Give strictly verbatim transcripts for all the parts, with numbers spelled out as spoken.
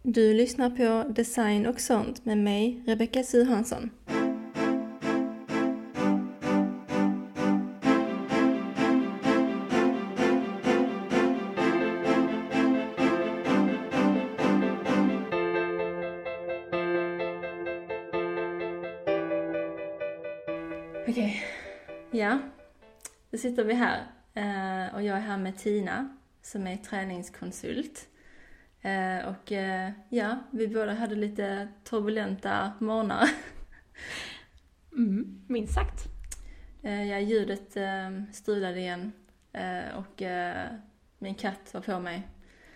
Du lyssnar på Design och sånt med mig, Rebecka Suhansson. Okej, okay. Ja, då sitter vi här och jag är här med Tina som är träningskonsult. Och ja, vi båda hade lite turbulenta morgnar. Mm, minst sagt. Ja, ljudet strulade igen och min katt var på mig.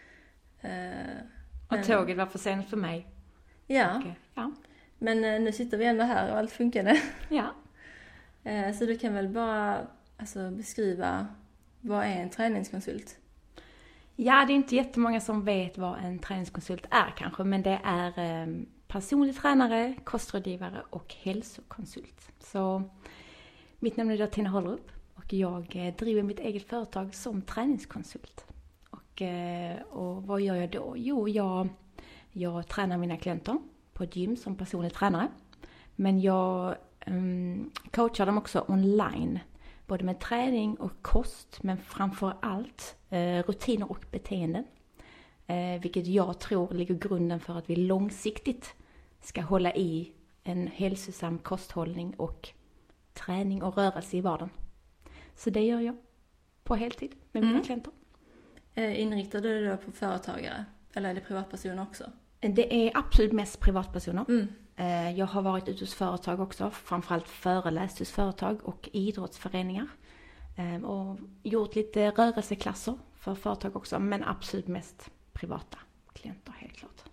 Och men, tåget var för sent för mig. Ja, och, ja, men nu sitter vi ändå här och allt funkade. Ja. Så du kan väl bara alltså, beskriva vad är en träningskonsult? Ja, det är inte jättemånga som vet vad en träningskonsult är kanske, men det är eh, personlig tränare, kostrådgivare och hälsokonsult. Så mitt namn är då Tina Hållerup och jag eh, driver mitt eget företag som träningskonsult. Och, eh, och vad gör jag då? Jo, jag, jag tränar mina klienter på ett gym som personlig tränare, men jag eh, coachar dem också online. Både med träning och kost, men framför allt eh, rutiner och beteenden. Eh, vilket jag tror ligger grunden för att vi långsiktigt ska hålla i en hälsosam kosthållning och träning och rörelse i vardagen. Så det gör jag på heltid med mina mm. klienter. Eh, inriktar du dig då på företagare? Eller är det privatpersoner också? Det är absolut mest privatpersoner. Mm. Jag har varit ute hos företag också, framförallt föreläst hos företag och idrottsföreningar. Och gjort lite rörelseklasser för företag också, men absolut mest privata klienter, helt klart.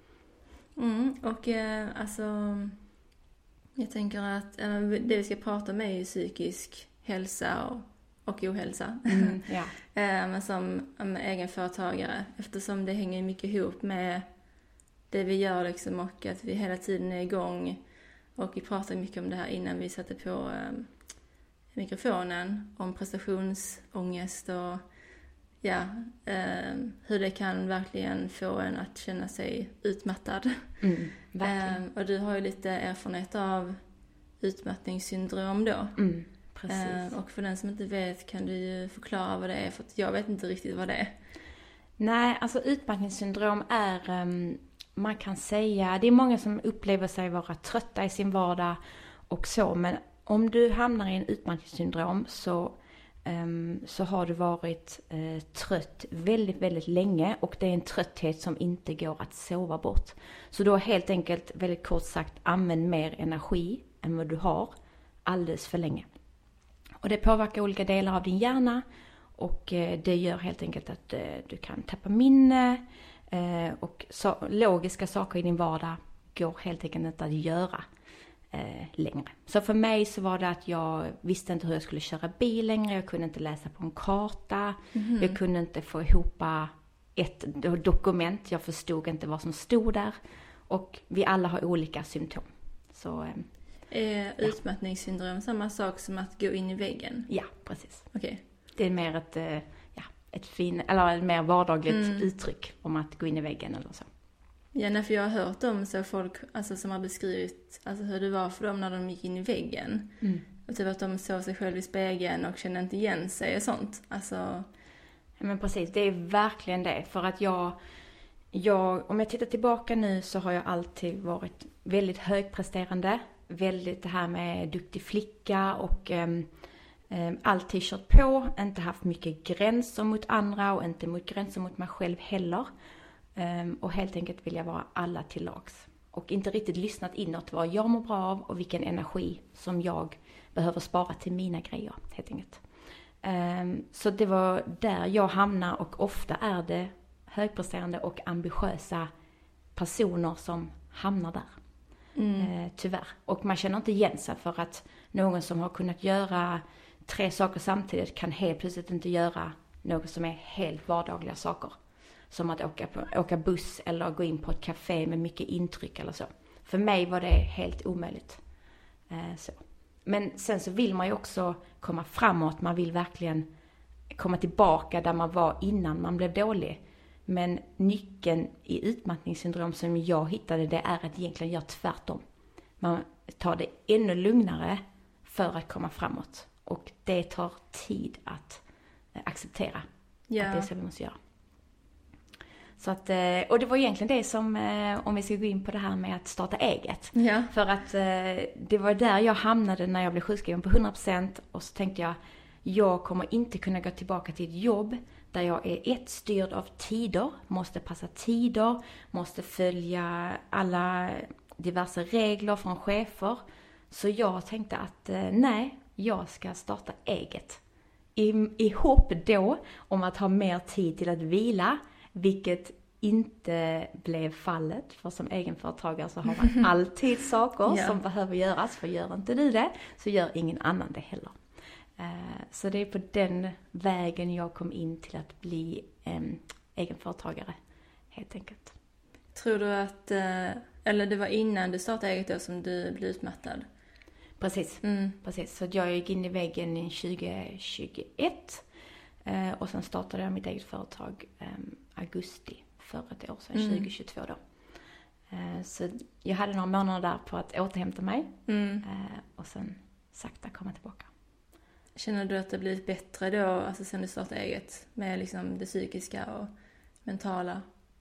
Mm, och eh, alltså, jag tänker att eh, det vi ska prata om är ju psykisk hälsa och, och ohälsa. Mm, ja. eh, men som um, egenföretagare, eftersom det hänger mycket ihop med det vi gör liksom, och att vi hela tiden är igång. Och vi pratade mycket om det här innan vi satte på eh, mikrofonen. Om prestationsångest och ja, eh, hur det kan verkligen få en att känna sig utmattad. Mm, verkligen. Eh, och du har ju lite erfarenhet av utmattningssyndrom då. Mm, precis. Eh, och för den som inte vet kan du ju förklara vad det är. För att jag vet inte riktigt vad det är. Nej, alltså utmattningssyndrom är... Um... Man kan säga, det är många som upplever sig vara trötta i sin vardag och så, men om du hamnar i en utmattningssyndrom så, um, så har du varit uh, trött väldigt, väldigt länge och det är en trötthet som inte går att sova bort. Så då helt enkelt, väldigt kort sagt, använd mer energi än vad du har alldeles för länge. Och det påverkar olika delar av din hjärna och uh, det gör helt enkelt att uh, du kan tappa minne. Eh, och så, logiska saker i din vardag går helt enkelt inte att göra eh, längre. Så för mig så var det att jag visste inte hur jag skulle köra bil längre. Jag kunde inte läsa på en karta. Mm-hmm. Jag kunde inte få ihop ett dokument. Jag förstod inte vad som stod där. Och vi alla har olika symptom. Så, eh, är utmattningssyndrom samma sak som att gå in i väggen? Ja, precis. Okej. Okay. Det är mer ett... Eh, ett fin, eller ett mer vardagligt mm. uttryck om att gå in i väggen eller så. Ja, nej, för jag har hört om så folk alltså, som har beskrivit alltså, hur det var för dem när de gick in i väggen. Mm. Och typ att de såg sig själv i spegeln och kände inte igen sig och sånt. Alltså... Ja, men precis, det är verkligen det. För att jag, jag, om jag tittar tillbaka nu så har jag alltid varit väldigt högpresterande. Väldigt det här med duktig flicka och... Um, alltid kört på, inte haft mycket gränser mot andra och inte mot gränser mot mig själv heller. Och helt enkelt vill jag vara alla till lags. Och inte riktigt lyssnat inåt vad jag mår bra av och vilken energi som jag behöver spara till mina grejer, helt enkelt. Så det var där jag hamnar och ofta är det högpresterande och ambitiösa personer som hamnar där. Mm. Tyvärr. Och man känner inte igen sig för att någon som har kunnat göra tre saker samtidigt kan helt plötsligt inte göra något som är helt vardagliga saker. Som att åka, på, åka buss eller gå in på ett café med mycket intryck eller så. För mig var det helt omöjligt. Eh, så. Men sen så vill man ju också komma framåt. Man vill verkligen komma tillbaka där man var innan man blev dålig. Men nyckeln i utmattningssyndrom som jag hittade, det är att egentligen göra tvärtom. Man tar det ännu lugnare för att komma framåt. Och det tar tid att acceptera Ja. att det är så vi måste göra. Så att, och det var egentligen det som, om vi ska gå in på det här med att starta eget. Ja. För att det var där jag hamnade när jag blev sjukskriven på hundra procent. Och så tänkte jag, jag kommer inte kunna gå tillbaka till ett jobb där jag är ett styrd av tider, måste passa tider, måste följa alla diverse regler från chefer. Så jag tänkte att nej, jag ska starta eget. I, i hopp då om att ha mer tid till att vila, vilket inte blev fallet. För som egenföretagare så har man alltid saker Ja. som behöver göras. För gör inte du det så gör ingen annan det heller. Så det är på den vägen jag kom in till att bli um, egenföretagare, helt enkelt. Tror du att, eller det var innan du startade eget då som du blev utmattad? Precis, Mm. precis. Så jag gick in i väggen i tjugo tjugoett och sen startade jag mitt eget företag um, augusti för ett år sedan, Mm. tjugo tjugotvå då. Uh, så jag hade några månader där på att återhämta mig Mm. uh, och sen sakta komma tillbaka. Känner du att det blivit bättre då, alltså sen du startade eget, med liksom det psykiska och mentala?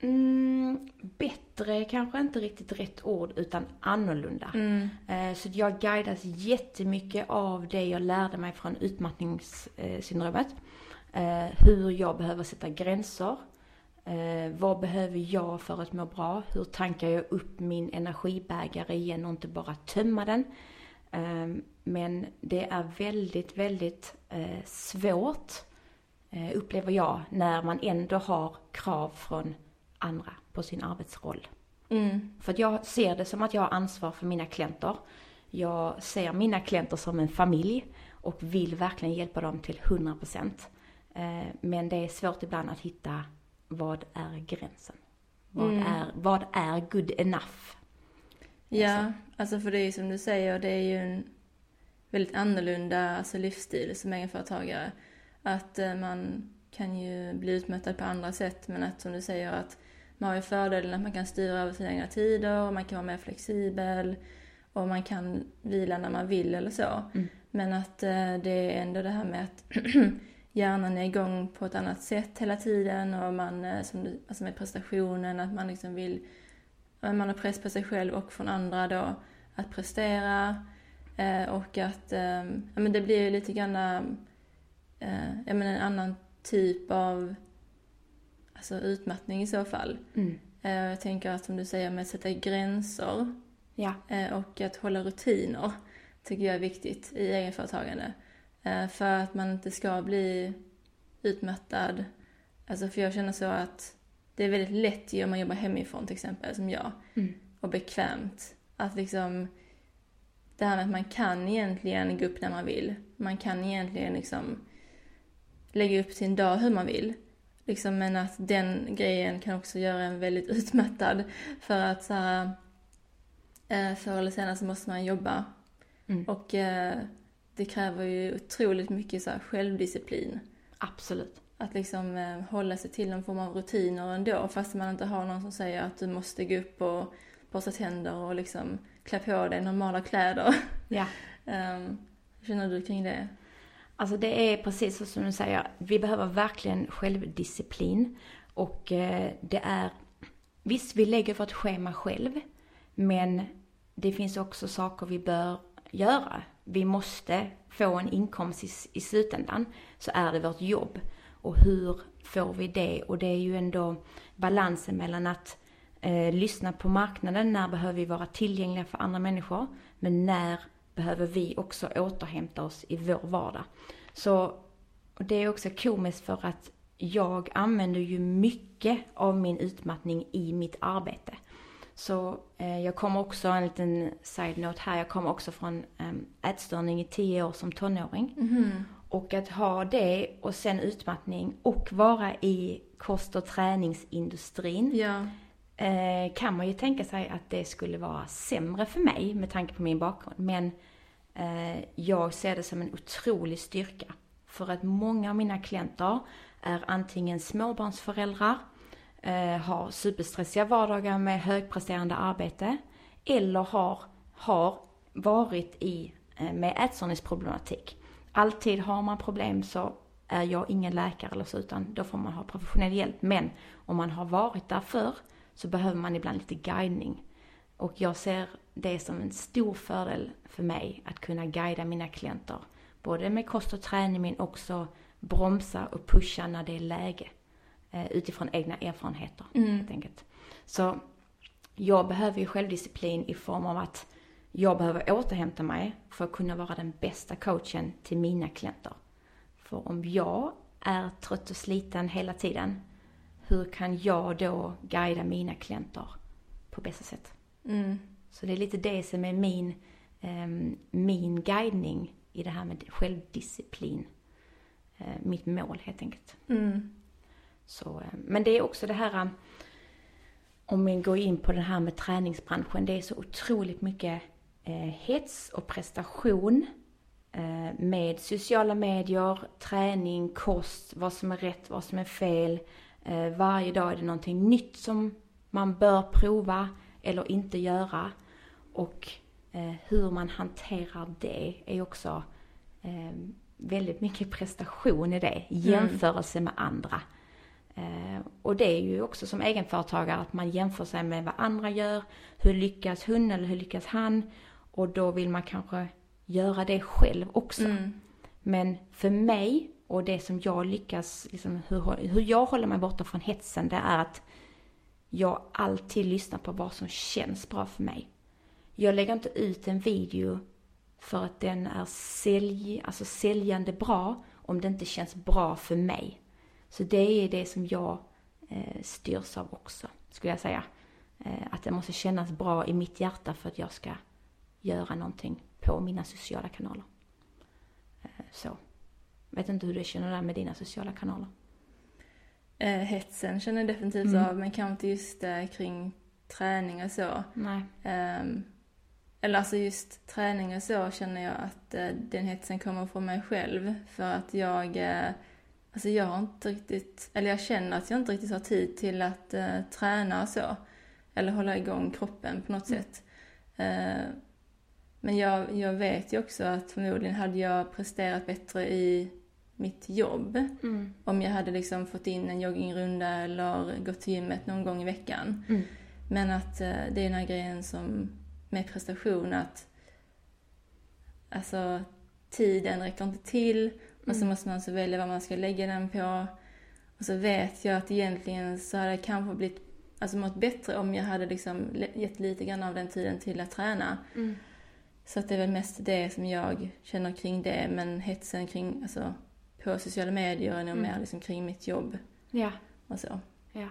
Mm, bättre kanske inte riktigt rätt ord, utan annorlunda. Mm. Eh, så jag guidas jättemycket av det jag lärde mig från utmattningssyndromet. Eh, hur jag behöver sätta gränser. Eh, vad behöver jag för att må bra? Hur tankar jag upp min energibägare igen och inte bara tömma den? Eh, men det är väldigt, väldigt eh, svårt, eh, upplever jag, när man ändå har krav från andra på sin arbetsroll. Mm. För att jag ser det som att jag har ansvar för mina klienter. Jag ser mina klienter som en familj och vill verkligen hjälpa dem till hundra procent. Eh, men det är svårt ibland att hitta, vad är gränsen? Vad, Mm. är, vad är good enough? Ja, Alltså. alltså för det är ju som du säger, det är ju en väldigt annorlunda alltså livsstil som egenföretagare. Att eh, man kan ju bli utmattad på andra sätt, men att som du säger att man har ju fördelen att man kan styra över sina egna tider och man kan vara mer flexibel och man kan vila när man vill eller så. Mm. Men att eh, det är ändå det här med att hjärnan är igång på ett annat sätt hela tiden och man, eh, som du, alltså med prestationen, att man liksom vill, man har press på sig själv och från andra då att prestera eh, och att eh, ja, men det blir ju lite grann eh, jag menar en annan typ av alltså utmattning i så fall. Mm. Eh, jag tänker att som du säger med att sätta gränser Ja. eh, och att hålla rutiner tycker jag är viktigt i egenföretagande. Eh, för att man inte ska bli utmattad. Alltså för jag känner så att det är väldigt lätt ju om man jobbar hemifrån till exempel som jag. Mm. Och bekvämt. Att liksom det här med att man kan egentligen gå upp när man vill. Man kan egentligen liksom lägga upp sin dag hur man vill. Liksom, men att den grejen kan också göra en väldigt utmattad. För att så här, eh, förr eller senare så måste man jobba. Mm. Och eh, det kräver ju otroligt mycket så här, självdisciplin. Absolut. Att liksom eh, hålla sig till någon form av rutiner ändå. Fast man inte har någon som säger att du måste gå upp och borsta tänder och liksom klä på dig normala kläder. Ja. um, hur känner du kring det? Alltså det är precis så som du säger. Vi behöver verkligen självdisciplin. Och eh, det är... Visst, vi lägger för ett schema själv. Men det finns också saker vi bör göra. Vi måste få en inkomst i, i slutändan. Så är det vårt jobb. Och hur får vi det? Och det är ju ändå balansen mellan att eh, lyssna på marknaden. När behöver vi vara tillgängliga för andra människor? Men när behöver vi också återhämta oss i vår vardag? Så och det är också komiskt för att jag använder ju mycket av min utmattning i mitt arbete. Så eh, jag kommer också, en liten side-note här, jag kommer också från eh, ätstörning i tio år som tonåring. Mm-hmm. Och att ha det och sen utmattning och vara i kost- och träningsindustrin. Ja. Eh, kan man ju tänka sig att det skulle vara sämre för mig med tanke på min bakgrund. Men eh, jag ser det som en otrolig styrka. För att många av mina klienter är antingen småbarnsföräldrar eh, har superstressiga vardagar med högpresterande arbete eller har, har varit i eh, med ätstörningsproblematik. Alltid har man problem så är jag ingen läkare eller så, utan då får man ha professionell hjälp. Men om man har varit där förr så behöver man ibland lite guidning. Och jag ser det som en stor fördel för mig att kunna guida mina klienter. Både med kost och träning, men också bromsa och pusha när det är läge. Eh, utifrån egna erfarenheter, mm. helt enkelt. Så jag behöver ju självdisciplin i form av att jag behöver återhämta mig för att kunna vara den bästa coachen till mina klienter. För om jag är trött och sliten hela tiden, hur kan jag då guida mina klienter på bästa sätt? Mm. Så det är lite det som är min, eh, min guidning i det här med självdisciplin. Eh, mitt mål helt enkelt. Mm. Så, eh, men det är också det här, om vi går in på det här med träningsbranschen, det är så otroligt mycket eh, hets och prestation eh, med sociala medier, träning, kost, vad som är rätt, vad som är fel. Eh, varje dag är det någonting nytt som man bör prova eller inte göra. Och eh, hur man hanterar det är också eh, väldigt mycket prestation i det. Jämförelse mm. med andra. Eh, och det är ju också som egenföretagare att man jämför sig med vad andra gör. Hur lyckas hon eller hur lyckas han? Och då vill man kanske göra det själv också. Mm. Men för mig och det som jag lyckas, liksom, hur, hur jag håller mig borta från hetsen, det är att jag alltid lyssnar på vad som känns bra för mig. Jag lägger inte ut en video för att den är sälj, alltså säljande bra om det inte känns bra för mig. Så det är det som jag eh, styrs av också, skulle jag säga. Eh, att det måste kännas bra i mitt hjärta för att jag ska göra någonting på mina sociala kanaler. Eh, så. Vet inte hur du känner där med dina sociala kanaler. Eh, hetsen känner jag definitivt mm. av, men kanske inte just eh, kring träning och så. Nej. Um, eller alltså just träning och så känner jag att eh, den hetsen kommer från mig själv. För att jag, eh, alltså jag har inte riktigt, eller jag känner att jag inte riktigt har tid till att eh, träna och så. Eller hålla igång kroppen på något mm. sätt. Eh, men jag, jag vet ju också att förmodligen hade jag presterat bättre i mitt jobb. Mm. Om jag hade liksom fått in en joggingrunda eller gått till gymmet någon gång i veckan. Mm. Men att eh, det är den här grejen som med prestation att alltså tiden räcker inte till. Mm. Och så måste man så välja vad man ska lägga den på. Och så vet jag att egentligen så hade det kanske blivit alltså mått bättre om jag hade liksom gett lite grann av den tiden till att träna. Mm. Så att det är väl mest det som jag känner kring det. Men hetsen kring, alltså på sociala medier är nog mm. mer liksom kring mitt jobb. Ja. Och så. Ja.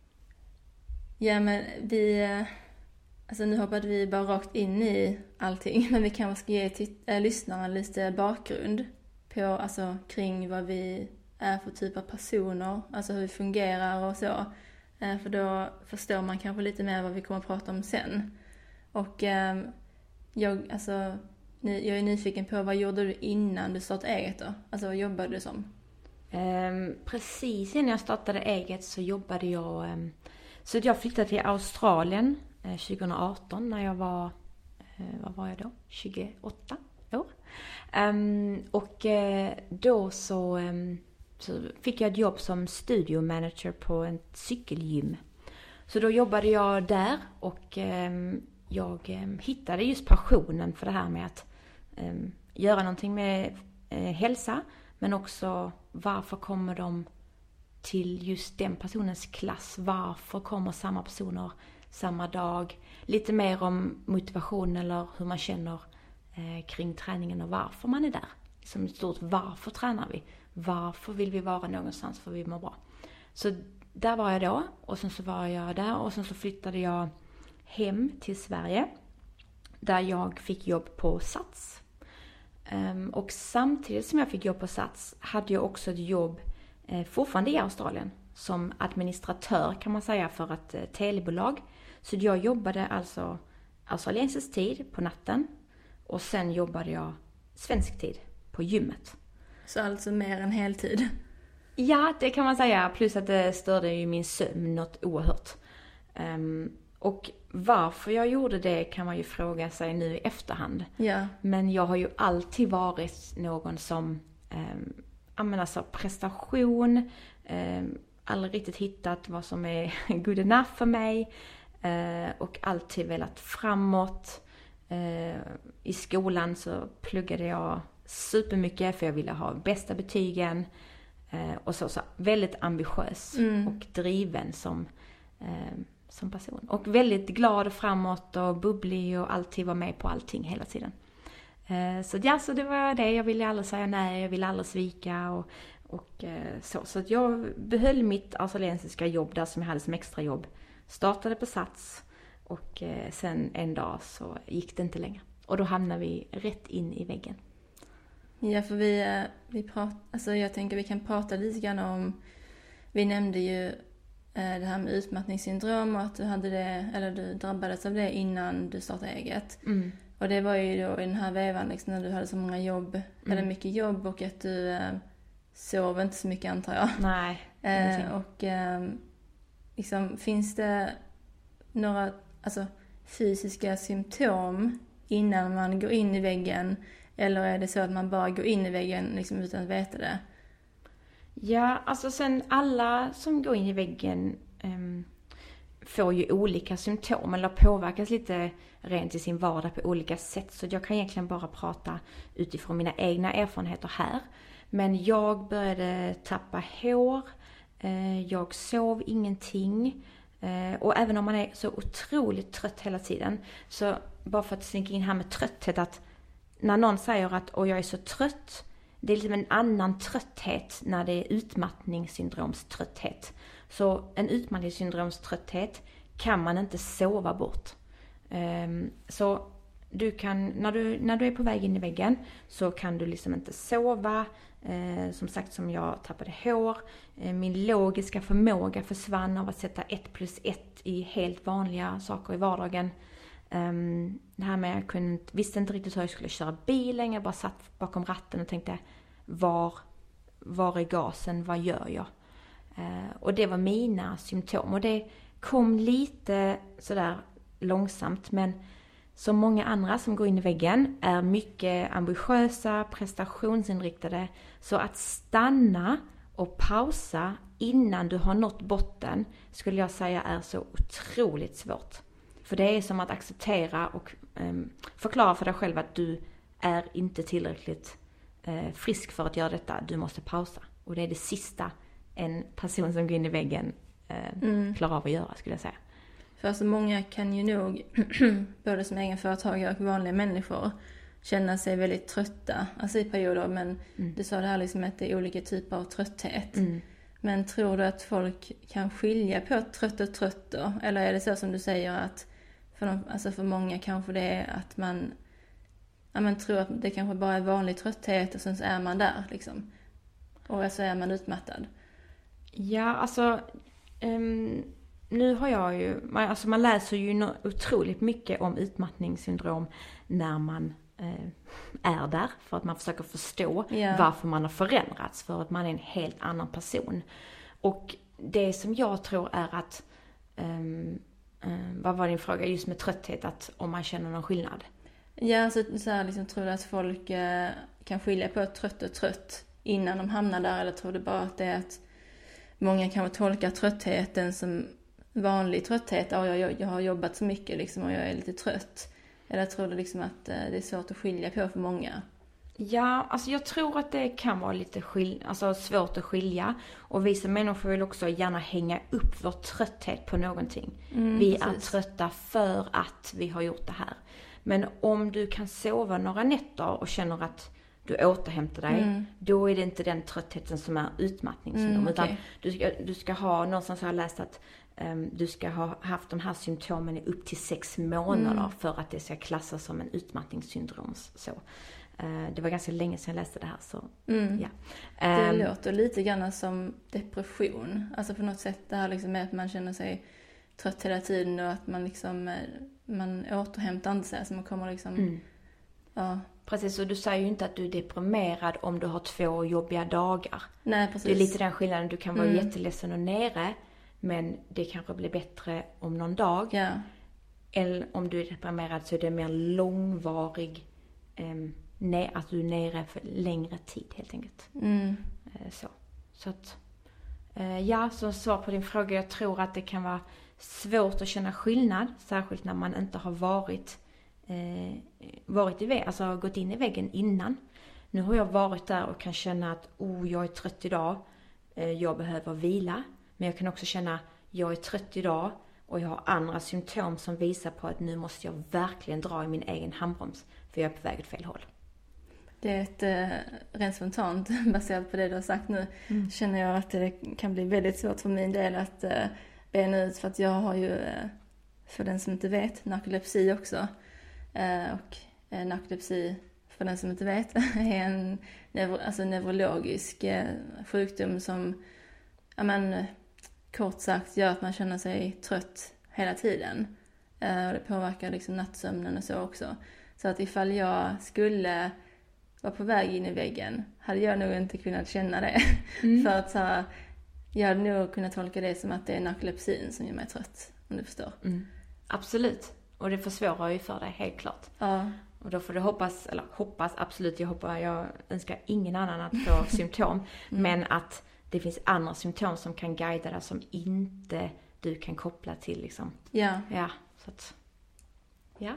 Ja, men vi, alltså nu hoppade vi bara rakt in i allting. Men vi kanske ska ge titt- äh, lyssnarna lite bakgrund på, alltså kring vad vi är för typ av personer. Alltså hur vi fungerar och så. Äh, för då förstår man kanske lite mer vad vi kommer att prata om sen. Och äh, jag, alltså, jag är nyfiken på, vad gjorde du innan du startade eget då? Alltså vad jobbade du som? Um, precis innan jag startade eget så jobbade jag... Um, så jag flyttade till Australien uh, tjugo arton när jag var... Uh, vad var jag då? tjugoåtta år. Um, och uh, då så, um, så fick jag ett jobb som studiomanager på en cykelgym. Så då jobbade jag där och... Um, Jag eh, hittade just passionen för det här med att eh, göra någonting med eh, hälsa. Men också varför kommer de till just den personens klass? Varför kommer samma personer samma dag? Lite mer om motivation eller hur man känner eh, kring träningen och varför man är där. Som ett stort varför tränar vi? Varför vill vi vara någonstans för vi mår bra? Så där var jag då och sen så var jag där och sen så flyttade jag hem till Sverige där jag fick jobb på Sats. Um, och samtidigt som jag fick jobb på Sats hade jag också ett jobb eh, fortfarande i Australien som administratör kan man säga för ett eh, telebolag. Så jag jobbade alltså australiensisk tid på natten och sen jobbade jag svensk tid på gymmet. Så alltså mer än heltid? Ja, det kan man säga. Plus att det störde ju min sömn något oerhört. Um, och varför jag gjorde det kan man ju fråga sig nu i efterhand. Ja. Men jag har ju alltid varit någon som, um, jag menar så prestation, um, aldrig riktigt hittat vad som är good enough för mig. Uh, och alltid velat framåt. Uh, I skolan så pluggade jag supermycket för jag ville ha bästa betygen. Uh, och så, så väldigt ambitiös mm. och driven som, uh, som person. Och väldigt glad och framåt och bubblig och alltid var med på allting hela tiden. Uh, så ja, så det var det. Jag ville aldrig säga nej, jag ville aldrig svika och, och uh, så. Så att jag behöll mitt australiensiska jobb där som jag hade som extrajobb. Startade på Sats och uh, sen en dag så gick det inte längre. Och då hamnade vi rätt in i väggen. Ja, för vi, vi pratar, alltså jag tänker vi kan prata lite grann om, vi nämnde ju eh, det här med utmattningssyndrom och att du hade det, eller du drabbades av det innan du startade eget. Mm. Och det var ju då i den här vevan liksom, när du hade så många jobb, mm. eller mycket jobb och att du eh, sov inte så mycket antar jag. Nej. Eh, och eh, liksom, finns det några alltså, fysiska symptom innan man går in i väggen? Eller är det så att man bara går in i väggen liksom, utan att veta det? Ja, alltså sen alla som går in i väggen um, får ju olika symptom eller påverkas lite rent i sin vardag på olika sätt. Så jag kan egentligen bara prata utifrån mina egna erfarenheter här. Men jag började tappa hår, uh, jag sov ingenting. Uh, och även om man är så otroligt trött hela tiden, så bara för att sänka in här med trötthet, att när någon säger att och jag är så trött, det är liksom en annan trötthet när det är utmattningssyndromströtthet. Så en utmattningssyndromströtthet kan man inte sova bort. Um, så du kan, när du, när du är på väg in i väggen så kan du liksom inte sova. Uh, som sagt, som jag tappade hår. Uh, min logiska förmåga försvann av att sätta ett plus ett i helt vanliga saker i vardagen. Um, det här med att jag kunde, visste inte riktigt hur jag skulle köra bilen. Jag bara satt bakom ratten och tänkte, var, var är gasen? Vad gör jag? Uh, och det var mina symptom. Och det kom lite sådär långsamt. Men som många andra som går in i väggen är mycket ambitiösa, prestationsinriktade. Så att stanna och pausa innan du har nått botten skulle jag säga är så otroligt svårt. För det är som att acceptera och um, förklara för dig själv att du är inte tillräckligt uh, frisk för att göra detta. Du måste pausa. Och det är det sista en person som går in i väggen uh, mm. klarar av att göra, skulle jag säga. För alltså många kan ju nog, både som egenföretagare och vanliga människor, känna sig väldigt trötta. Alltså i perioder, men mm. du sa det här liksom att det är olika typer av trötthet. Mm. Men tror du att folk kan skilja på trött och trött då? Eller är det så som du säger att för, de, alltså för många kanske det är att man, ja, man tror att det kanske bara är vanlig trötthet och sen så är man där liksom. Och så är man utmattad. Ja, alltså um, nu har jag ju, man, alltså man läser ju no, otroligt mycket om utmattningssyndrom när man eh, är där. För att man försöker förstå yeah. varför man har förändrats. För att man är en helt annan person. Och det som jag tror är att um, um, vad var din fråga just med trötthet, att om man känner någon skillnad? Ja, så, så här liksom, tror du att folk eh, kan skilja på trött och trött innan de hamnar där, eller tror du bara att det är att många kanske tolkar tröttheten som vanlig trötthet? Ja, jag, jag, jag har jobbat så mycket liksom, och jag är lite trött. Eller tror du liksom att eh, det är svårt att skilja på för många? Ja, alltså jag tror att det kan vara lite skil- alltså svårt att skilja. Och vi som människor vill också gärna hänga upp vår trötthet på någonting. Mm, vi precis. Är trötta för att vi har gjort det här. Men om du kan sova några nätter och känner att du återhämtar dig, mm. då är det inte den tröttheten som är utmattningssyndrom. Mm, okay. Utan du ska, du ska ha, någonstans har jag läst att um, du ska ha haft de här symptomen i upp till sex månader mm. för att det ska klassas som en utmattningssyndrom. Så. Uh, det var ganska länge sedan jag läste det här. Så, mm. ja. Det um, låter lite grann som depression. Alltså på något sätt det här liksom med att man känner sig trött hela tiden och att man liksom man återhämtar inte sig. Så man kommer liksom... Mm. Ja. Precis, och du säger ju inte att du är deprimerad om du har två jobbiga dagar. Nej, precis. Det är lite den skillnaden. Du kan vara Mm. jätteledsen och nere, men det kanske blir bättre om någon dag. Ja. Eller om du är deprimerad så är det mer långvarig, eh, ne- att du är nere för längre tid helt enkelt. Mm. Eh, så. Så att, eh, ja, som svar på din fråga, jag tror att det kan vara svårt att känna skillnad, särskilt när man inte har varit, eh, varit i väggen, alltså gått in i väggen innan. Nu har jag varit där och kan känna att oh, jag är trött idag, eh, jag behöver vila. Men jag kan också känna jag är trött idag och jag har andra symptom som visar på att nu måste jag verkligen dra i min egen handbroms, för jag är på väg åt fel håll. Det är ett, eh, rent spontant, baserat på det du har sagt nu, Mm. känner jag att det kan bli väldigt svårt för min del att eh, bena ut, för att jag har ju, eh, för den som inte vet, narkolepsi också. Eh, och eh, narkolepsi, för den som inte vet, är en neuro, alltså neurologisk eh, sjukdom som, ja men, kort sagt gör att man känner sig trött hela tiden. Eh, och det påverkar liksom nattsömnen och så också. Så att ifall jag skulle var på väg in i väggen hade jag nog inte kunnat känna det. Mm. För att så här, jag hade nog kunnat tolka det som att det är narkolepsin som gör mig trött, om du förstår. Mm. Absolut. Och det försvårar ju för dig, helt klart. Ja. Och då får du hoppas, eller hoppas absolut, jag hoppas, jag önskar ingen annan att få symptom. Mm. Men att det finns andra symptom som kan guida dig som inte du kan koppla till liksom. Ja. Ja, så att, ja.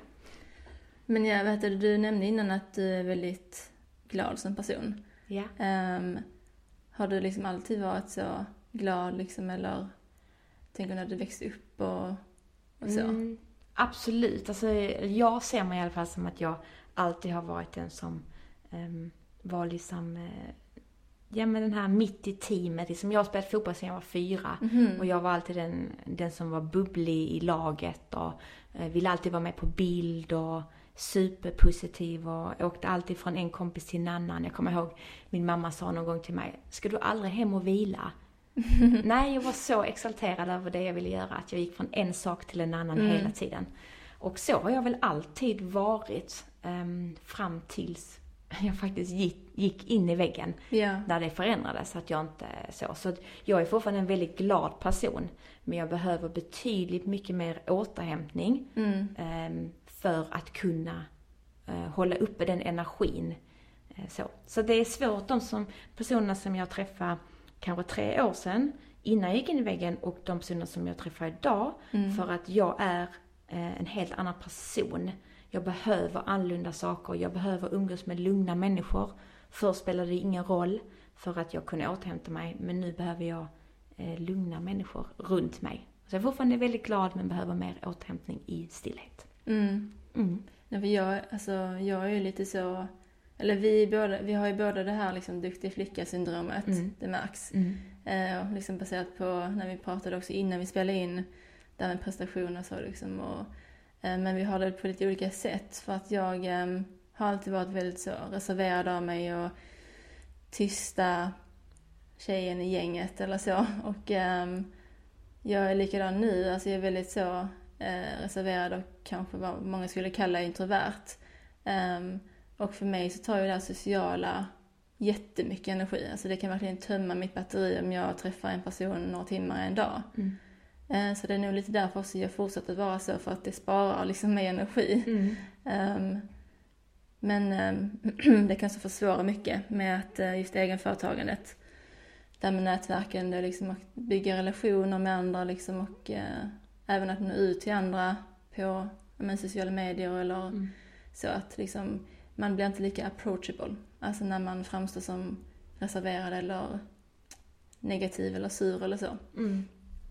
Men jag vet att du nämnde innan att du är väldigt glad som person. Ja. Um, har du liksom alltid varit så glad liksom, eller tänker när du växte upp och, och så? Mm, absolut. Alltså, jag ser mig i alla fall som att jag alltid har varit den som um, var liksom, uh, ja men den här mitt i teamet. Liksom, jag har spelat fotboll sedan jag var fyra. Mm-hmm. Och jag var alltid den, den som var bubblig i laget och uh, ville alltid vara med på bild och superpositiv och åkte alltid från en kompis till en annan. Jag kommer ihåg min mamma sa någon gång till mig, ska du aldrig hem och vila? Nej, jag var så exalterad över det jag ville göra att jag gick från en sak till en annan Mm. hela tiden. Och så har jag väl alltid varit um, fram tills jag faktiskt gick, gick in i väggen. Ja. När det förändrades, så att jag inte så. Så att jag är fortfarande en väldigt glad person. Men jag behöver betydligt mycket mer återhämtning. Mm. Um, för att kunna uh, hålla uppe den energin. Uh, så. så det är svårt, de som, personerna som jag träffade kanske tre år sedan, innan jag gick in i väggen, och de personer som jag träffar idag, Mm. för att jag är uh, en helt annan person. Jag behöver annorlunda saker, jag behöver umgås med lugna människor. Först spelade det ingen roll för att jag kunde återhämta mig, men nu behöver jag uh, lugna människor runt mig. Så jag är fortfarande väldigt glad, men behöver mer återhämtning i stillhet. Mm. Mm. Nej, för jag, alltså, jag är ju lite så, eller vi, båda, vi har ju båda det här liksom duktig flicka-syndromet, Mm. det märks. Mm. Eh, och liksom baserat på när vi pratade också innan vi spelade in, där med prestationer och så liksom. Och, eh, men vi har det på lite olika sätt, för att jag eh, har alltid varit väldigt så reserverad av mig och tysta tjejen i gänget eller så. Och eh, jag är likadan nu, alltså jag är väldigt så eh, reserverad och kanske vad många skulle kalla introvert. Um, och för mig så tar ju det här sociala jättemycket energi. Alltså det kan verkligen tömma mitt batteri om jag träffar en person några timmar en dag. Mm. Uh, så det är nog lite därför också jag fortsätter vara så, för att det sparar liksom mig energi. Mm. Um, men um, det kan så försvåra mycket med att uh, just egenföretagandet. Där med nätverken, det är liksom att bygga relationer med andra liksom, och uh, även att nå ut till andra på men, sociala medier eller Mm. så att liksom, man blir inte lika approachable. Alltså när man framstår som reserverad eller negativ eller sur eller så. Mm.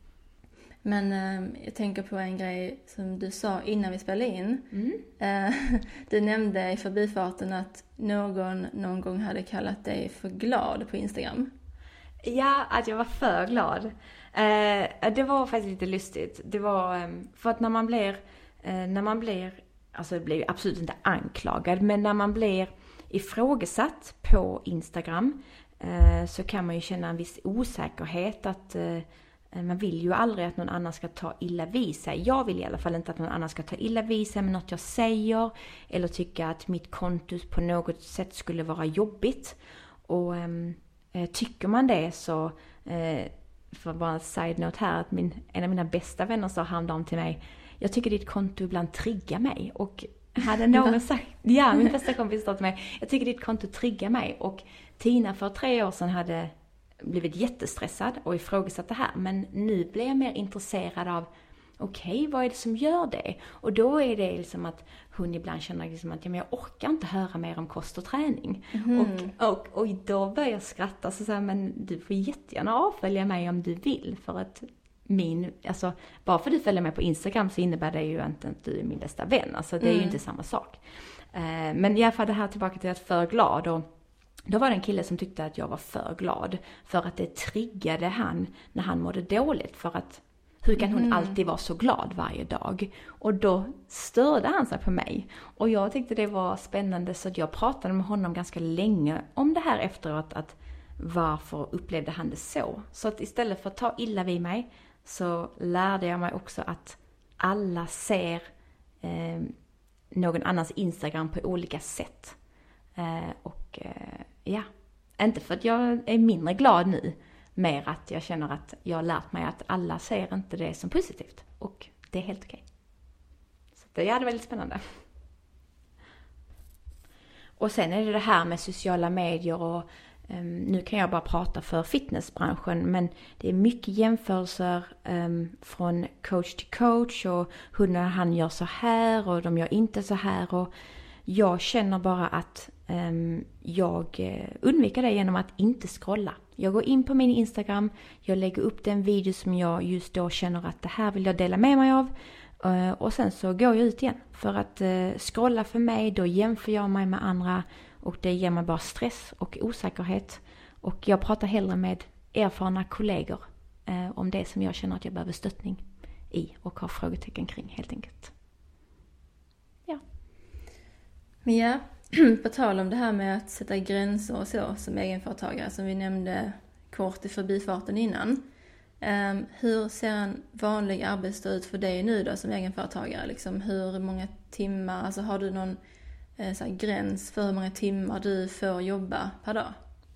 Men eh, jag tänker på en grej som du sa innan vi spelade in. Mm. Eh, du nämnde i förbifarten att någon någon gång hade kallat dig för glad på Instagram. Ja, att jag var för glad. Eh, det var faktiskt lite lustigt. Det var eh, för att när man blir, eh, när man blir, alltså det blir absolut inte anklagad, men när man blir ifrågasatt på Instagram eh, så kan man ju känna en viss osäkerhet att, eh, Man vill ju aldrig att någon annan ska ta illa vid sig. Jag vill i alla fall inte att någon annan ska ta illa vid sig med något jag säger. Eller tycka att mitt konto på något sätt skulle vara jobbigt. Och eh, tycker man det så, eh, för bara en side-note här, att min, en av mina bästa vänner sa häromdagen till mig, jag tycker ditt konto ibland triggar mig. Och hade någon sagt, ja, min bästa kompis sa till mig, jag tycker ditt konto triggar mig. Och Tina för tre år sedan hade blivit jättestressad och ifrågasatt det här. Men nu blir jag mer intresserad av, okej, okay, vad är det som gör det? Och då är det liksom att hon ibland känner liksom att ja, men jag orkar inte höra mer om kost och träning. Mm. Och, och, och då börjar jag skratta så säger men du får jättegärna avfölja mig om du vill. För att min, alltså bara för att du följer mig på Instagram så innebär det ju inte att du är min bästa vän. Alltså det är mm. ju inte samma sak. Uh, men i alla fall det här tillbaka till att för glad och då var det en kille som tyckte att jag var för glad. För att det triggade han när han mådde dåligt. För att hur kan hon mm. alltid vara så glad varje dag? Och då störde han sig på mig. Och jag tyckte det var spännande så att jag pratade med honom ganska länge om det här efteråt. Att varför upplevde han det så? Så att istället för att ta illa vid mig så lärde jag mig också att alla ser eh, någon annans Instagram på olika sätt. Eh, och eh, ja, inte för att jag är mindre glad nu. Mer att jag känner att jag har lärt mig att alla ser inte det som positivt. Och det är helt okej. Så det är väldigt spännande. Och sen är det det här med sociala medier. Och um, nu kan jag bara prata för fitnessbranschen. Men det är mycket jämförelser um, från coach till coach. Och hur när han gör så här och de gör inte så här. Och jag känner bara att um, jag undviker det genom att inte scrolla. Jag går in på min Instagram, jag lägger upp den video som jag just då känner att det här vill jag dela med mig av. Uh, och sen så går jag ut igen. För att uh, scrolla för mig, då jämför jag mig med andra. Och det ger mig bara stress och osäkerhet. Och jag pratar hellre med erfarna kollegor uh, om det som jag känner att jag behöver stöttning i. Och har frågetecken kring helt enkelt. Ja. Mia, på tal om det här med att sätta gränser och så som egenföretagare som vi nämnde kort i förbifarten innan. Um, hur ser en vanlig arbetsdag ut för dig nu då som egenföretagare? Liksom, hur många timmar, alltså har du någon eh, så här, gräns för hur många timmar du får jobba per dag?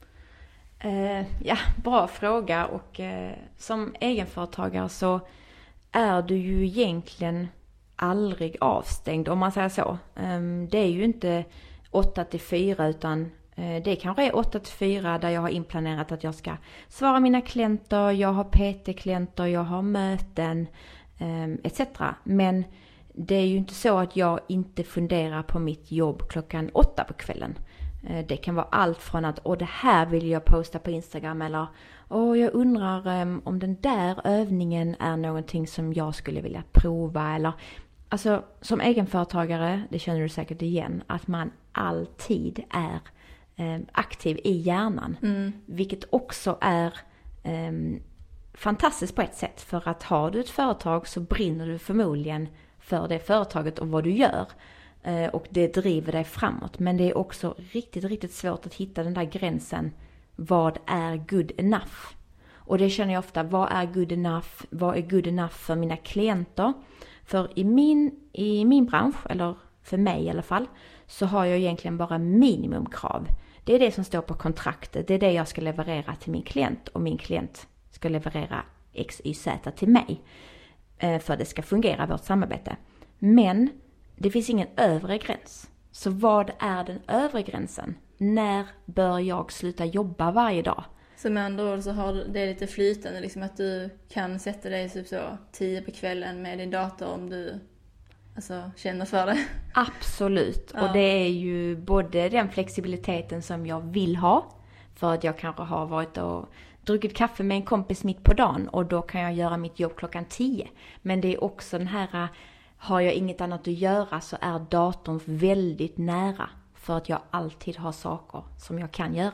Uh, ja, bra fråga. Och uh, som egenföretagare så är du ju egentligen aldrig avstängd om man säger så. Um, det är ju inte åtta till fyra utan det kanske är åtta till fyra där jag har inplanerat att jag ska svara mina klienter, jag har P T-klienter, jag har möten et cetera. Men det är ju inte så att jag inte funderar på mitt jobb klockan åtta på kvällen. Det kan vara allt från att åh, det här vill jag posta på Instagram eller åh, jag undrar om den där övningen är någonting som jag skulle vilja prova eller alltså som egenföretagare, det känner du säkert igen, att man alltid är eh, aktiv i hjärnan. Mm. Vilket också är eh, fantastiskt på ett sätt. För att har du ett företag så brinner du förmodligen för det företaget och vad du gör. Eh, och det driver dig framåt. Men det är också riktigt, riktigt svårt att hitta den där gränsen. Vad är good enough? Och det känner jag ofta, vad är good enough? Vad är good enough för mina klienter? För i min, i min bransch, eller för mig i alla fall, så har jag egentligen bara minimumkrav. Det är det som står på kontraktet. Det är det jag ska leverera till min klient. Och min klient ska leverera X, Y, Z till mig. För att det ska fungera vårt samarbete. Men det finns ingen övre gräns. Så vad är den övre gränsen? När bör jag sluta jobba varje dag? Så med andra ord så har du, det är lite flytande liksom att du kan sätta dig typ så tio på kvällen med din dator om du alltså, känner för det. Absolut. Ja. Och det är ju både den flexibiliteten som jag vill ha. För att jag kanske har varit och druckit kaffe med en kompis mitt på dagen. Och då kan jag göra mitt jobb klockan tio. Men det är också den här, har jag inget annat att göra så är datorn väldigt nära. För att jag alltid har saker som jag kan göra.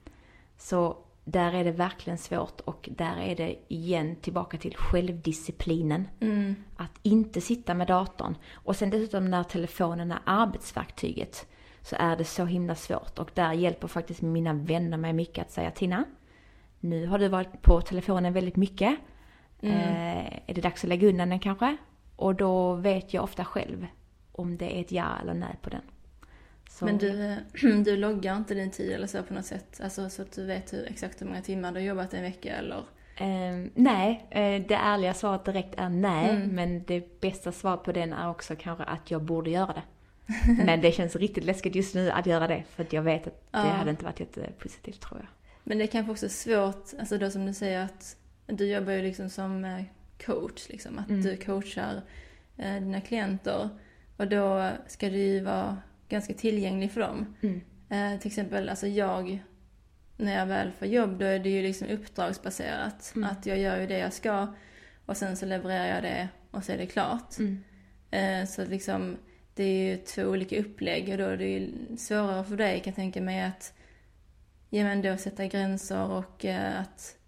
Så där är det verkligen svårt och där är det igen tillbaka till självdisciplinen. Mm. Att inte sitta med datorn. Och sen dessutom när telefonen är arbetsverktyget så är det så himla svårt. Och där hjälper faktiskt mina vänner mig mycket att säga Tina, nu har du varit på telefonen väldigt mycket. Mm. Eh, är det dags att lägga undan den kanske? Och då vet jag ofta själv om det är ett ja eller nej på den. Så. Men du, du loggar inte din tid eller så på något sätt? Alltså så att du vet hur, exakt hur många timmar du har jobbat en vecka eller? Eh, nej, eh, det ärliga svaret direkt är nej. Mm. Men det bästa svaret på den är också kanske att jag borde göra det. Men det känns riktigt läskigt just nu att göra det. För att jag vet att det ja. hade inte varit jättepositivt, tror jag. Men det är kanske också svårt, alltså då som du säger att du jobbar ju liksom som coach, liksom. Att mm. du coachar eh, dina klienter. Och då ska du ju vara ganska tillgänglig för dem. Mm. Eh, till exempel, alltså jag, när jag väl får jobb, då är det ju liksom uppdragsbaserat. Mm. Att jag gör ju det jag ska och sen så levererar jag det och så är det klart. Mm. Eh, så liksom, det är ju två olika upplägg och då är det ju svårare för dig, kan jag tänka mig, att ja, men då sätta gränser och eh, att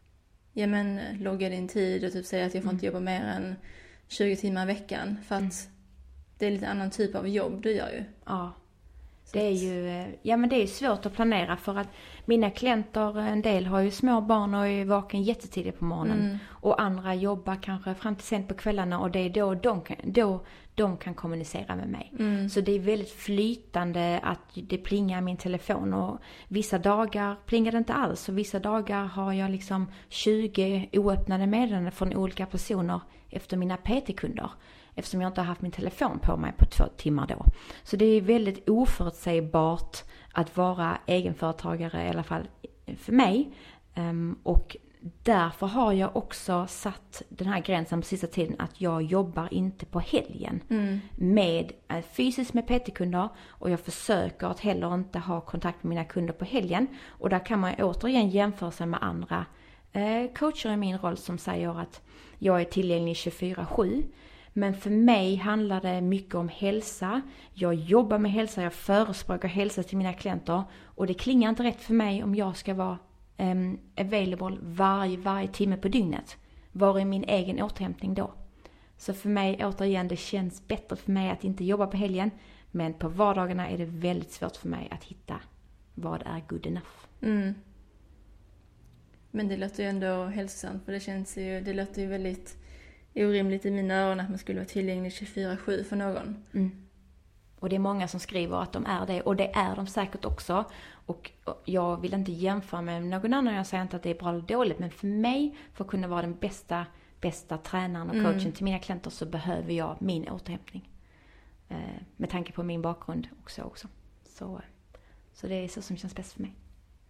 ja, men, logga din tid och typ säga att jag får mm. inte jobba mer än tjugo timmar i veckan. För att mm. det är lite annan typ av jobb du gör ju. Ja, det är ju, ja, men det är svårt att planera för att mina klienter, en del har ju små barn och är vaken jättetidigt på morgonen. Mm. Och andra jobbar kanske fram till sent på kvällarna och det är då de kan, då de kan kommunicera med mig. Mm. Så det är väldigt flytande att det plingar i min telefon och vissa dagar plingar det inte alls. Och vissa dagar har jag liksom tjugo oöppnade meddelanden från olika personer efter mina P T-kunder. Eftersom jag inte har haft min telefon på mig på två timmar då. Så det är väldigt oförutsägbart att vara egenföretagare, i alla fall för mig. Um, och därför har jag också satt den här gränsen på sista tiden att jag jobbar inte på helgen. Mm. Med, äh, fysiskt med P T-kunder. Och jag försöker att heller inte ha kontakt med mina kunder på helgen. Och där kan man återigen jämföra sig med andra eh, coacher i min roll som säger att jag är tillgänglig tjugofyra sju. Men för mig handlar det mycket om hälsa. Jag jobbar med hälsa, jag förespråkar hälsa till mina klienter. Och det klingar inte rätt för mig om jag ska vara um, available varje, varje timme på dygnet. Var är min egen återhämtning då? Så för mig, återigen, det känns bättre för mig att inte jobba på helgen. Men på vardagarna är det väldigt svårt för mig att hitta vad är good enough. Mm. Men det låter ju ändå hälsosamt, för det känns ju, det låter ju väldigt orimligt i mina öron att man skulle vara tillgänglig tjugofyra sju för någon. Mm. Och det är många som skriver att de är det. Och det är de säkert också. Och jag vill inte jämföra med någon annan. Jag säger inte att det är bra eller dåligt. Men för mig, för att kunna vara den bästa, bästa tränaren och coachen mm. till mina klienter, så behöver jag min återhämtning. Eh, med tanke på min bakgrund också. också. Så, så det är så som känns bäst för mig.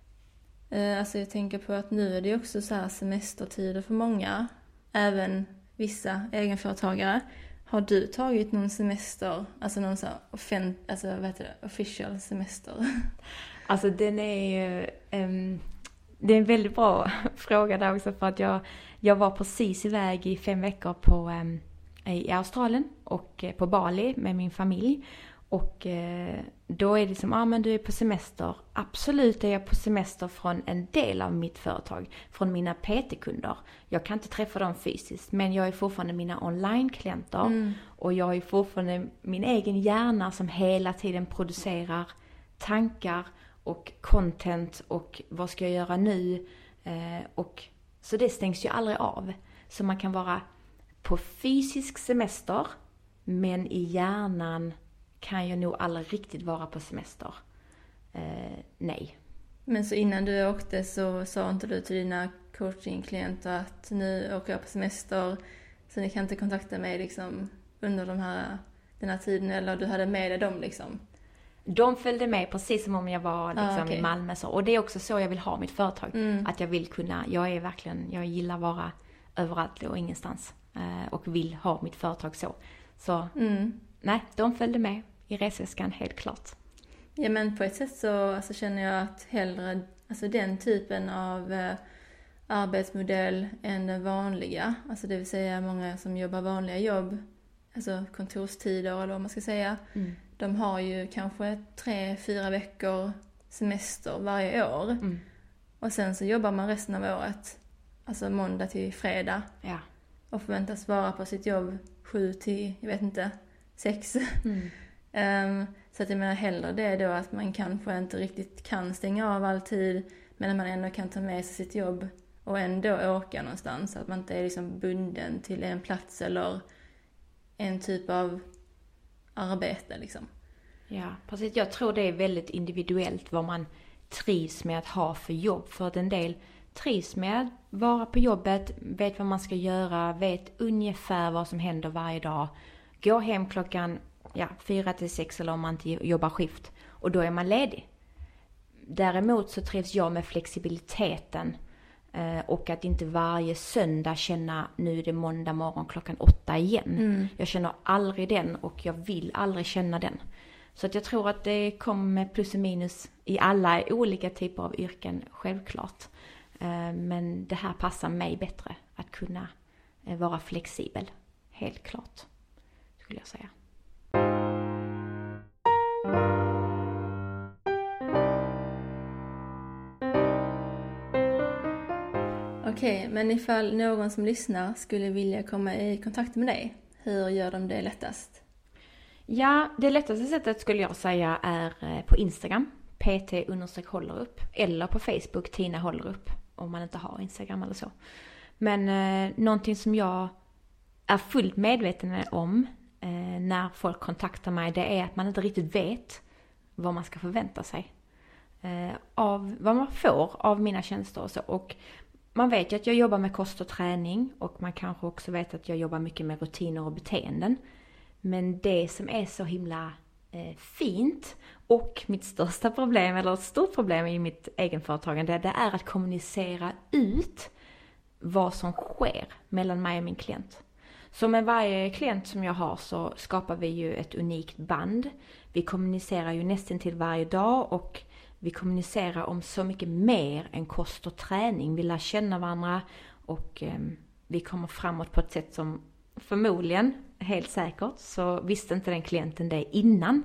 Eh, alltså jag tänker på att nu är det också så här semestertider för många. Även vissa egenföretagare. Har du tagit någon semester, alltså någon så offent, alltså vad heter det, official semester? Alltså den är ju, um, det är en väldigt bra fråga där också, för att jag, jag var precis iväg i fem veckor på, um, i Australien och uh, på Bali med min familj. Och eh, då är det som, ja ah, men du är på semester. Absolut är jag på semester från en del av mitt företag. Från mina P T-kunder. Jag kan inte träffa dem fysiskt. Men jag är fortfarande mina online-klienter. Mm. Och jag är fortfarande min egen hjärna som hela tiden producerar tankar och content. Och vad ska jag göra nu? Eh, och, så det stängs ju aldrig av. Så man kan vara på fysisk semester. Men i hjärnan kan jag nog aldrig riktigt vara på semester. Eh, nej. Men så innan du åkte så sa inte du till dina coachingklienter att nu åker jag på semester, så ni kan inte kontakta mig liksom under de här, den här tiden, eller du hade med dig dem liksom? De följde med precis som om jag var liksom ah, okay. i Malmö. Så. Och det är också så jag vill ha mitt företag. Mm. Att jag vill kunna, jag är verkligen, jag gillar vara överallt och ingenstans. Eh, och vill ha mitt företag så. Så mm. nej, de följde med i resväskan, helt klart. Ja, men på ett sätt så alltså, känner jag att hellre alltså, den typen av eh, arbetsmodell än den vanliga. Alltså det vill säga många som jobbar vanliga jobb, alltså kontorstider eller vad man ska säga. Mm. De har ju kanske tre, fyra veckor semester varje år. Mm. Och sen så jobbar man resten av året, alltså måndag till fredag. Ja. Och förväntas vara på sitt jobb sju till, jag vet inte, sex. Mm. um, så att jag menar hellre det då att man kanske inte riktigt kan stänga av alltid, men att man ändå kan ta med sig sitt jobb och ändå åka någonstans. Så att man inte är liksom bunden till en plats eller en typ av arbete liksom. Ja, precis. Jag tror det är väldigt individuellt vad man trivs med att ha för jobb. För att en del trivs med att vara på jobbet, vet vad man ska göra, vet ungefär vad som händer varje dag. Går hem klockan ja, fyra till sex eller om man inte jobbar skift. Och då är man ledig. Däremot så trivs jag med flexibiliteten. Eh, och att inte varje söndag känna nu är det måndag morgon klockan åtta igen. Mm. Jag känner aldrig den och jag vill aldrig känna den. Så att jag tror att det kommer med plus och minus i alla olika typer av yrken, självklart. Eh, men det här passar mig bättre att kunna eh, vara flexibel. Helt klart, skulle jag säga. Okej, men ifall någon som lyssnar skulle vilja komma i kontakt med dig, hur gör de det lättast? Ja, det lättaste sättet skulle jag säga är på Instagram, pt understreck håller upp, eller på Facebook, Tina håller upp, om man inte har Instagram eller så. Men eh, någonting som jag är fullt medveten om eh, när folk kontaktar mig, det är att man inte riktigt vet vad man ska förvänta sig eh, av vad man får av mina tjänster och så. Och man vet ju att jag jobbar med kost och träning och man kanske också vet att jag jobbar mycket med rutiner och beteenden. Men det som är så himla eh, fint och mitt största problem, eller ett stort problem i mitt egenföretagande, det är att kommunicera ut vad som sker mellan mig och min klient. Så med varje klient som jag har så skapar vi ju ett unikt band. Vi kommunicerar ju nästan till varje dag och vi kommunicerar om så mycket mer än kost och träning. Vi lär känna varandra och eh, vi kommer framåt på ett sätt som förmodligen, helt säkert, så visste inte den klienten det innan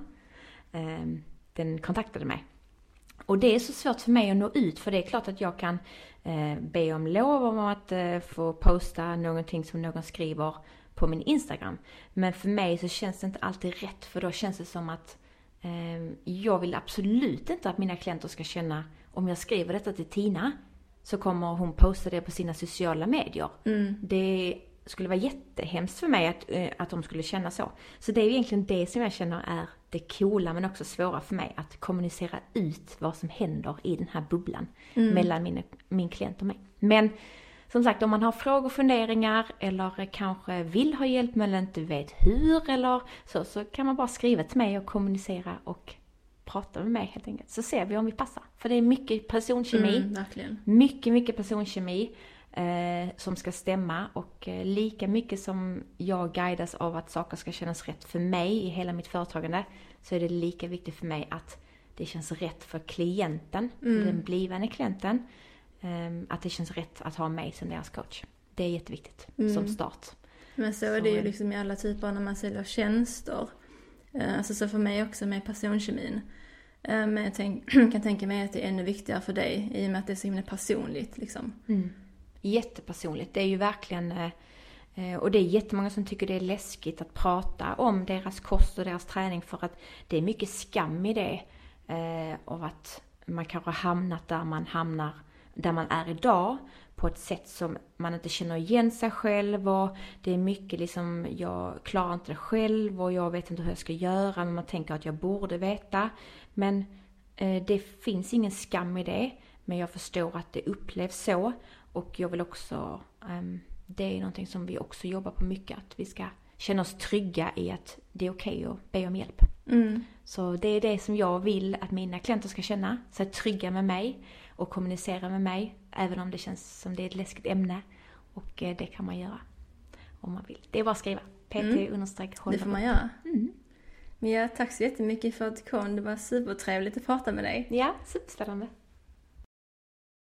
eh, den kontaktade mig. Och det är så svårt för mig att nå ut, för det är klart att jag kan eh, be om lov om att eh, få posta någonting som någon skriver på min Instagram. Men för mig så känns det inte alltid rätt, för då känns det som att eh, jag vill absolut inte att mina klienter ska känna, om jag skriver detta till Tina så kommer hon posta det på sina sociala medier. Mm. Det skulle vara jättehemskt för mig att, att de skulle känna så. Så det är ju egentligen det som jag känner är det coola men också svåra för mig. Att kommunicera ut vad som händer i den här bubblan mm. mellan min, min klient och mig. Men som sagt, om man har frågor och funderingar eller kanske vill ha hjälp men inte vet hur eller så, så kan man bara skriva till mig och kommunicera och prata med mig helt enkelt. Så ser vi om vi passar. För det är mycket personkemi. Mm, verkligen. Mycket, mycket personkemi. Eh, som ska stämma och eh, lika mycket som jag guidas av att saker ska kännas rätt för mig i hela mitt företagande, så är det lika viktigt för mig att det känns rätt för klienten, mm. den blivande klienten, eh, att det känns rätt att ha mig som deras coach. Det är jätteviktigt mm. som start. Men så är så, det ju liksom i alla typer när man säljer tjänster. Eh, alltså så för mig också med personkemin. Eh, men jag tänk, kan tänka mig att det är ännu viktigare för dig i och med att det är så himla personligt liksom. Mm. Jättepersonligt. Det är ju verkligen, eh, och det är jättemånga som tycker det är läskigt att prata om deras kost och deras träning, för att det är mycket skam i det. Eh, och att man kanske har hamnat där man hamnar, där man är idag, på ett sätt som man inte känner igen sig själv. Och det är mycket liksom, jag klarar inte det själv och jag vet inte hur jag ska göra, men man tänker att jag borde veta. Men eh, det finns ingen skam i det, men jag förstår att det upplevs så. Och jag vill också, um, det är någonting som vi också jobbar på mycket, att vi ska känna oss trygga i att det är okej att be om hjälp. Mm. Så det är det som jag vill att mina klienter ska känna, sig trygga med mig och kommunicera med mig, även om det känns som det är ett läskigt ämne. Och eh, det kan man göra om man vill. Det är bara att skriva, pt understreck håller. Det får man göra. Mm. Men ja, tack så jättemycket för att du kom, det var supertrevligt att prata med dig. Ja, superspännande.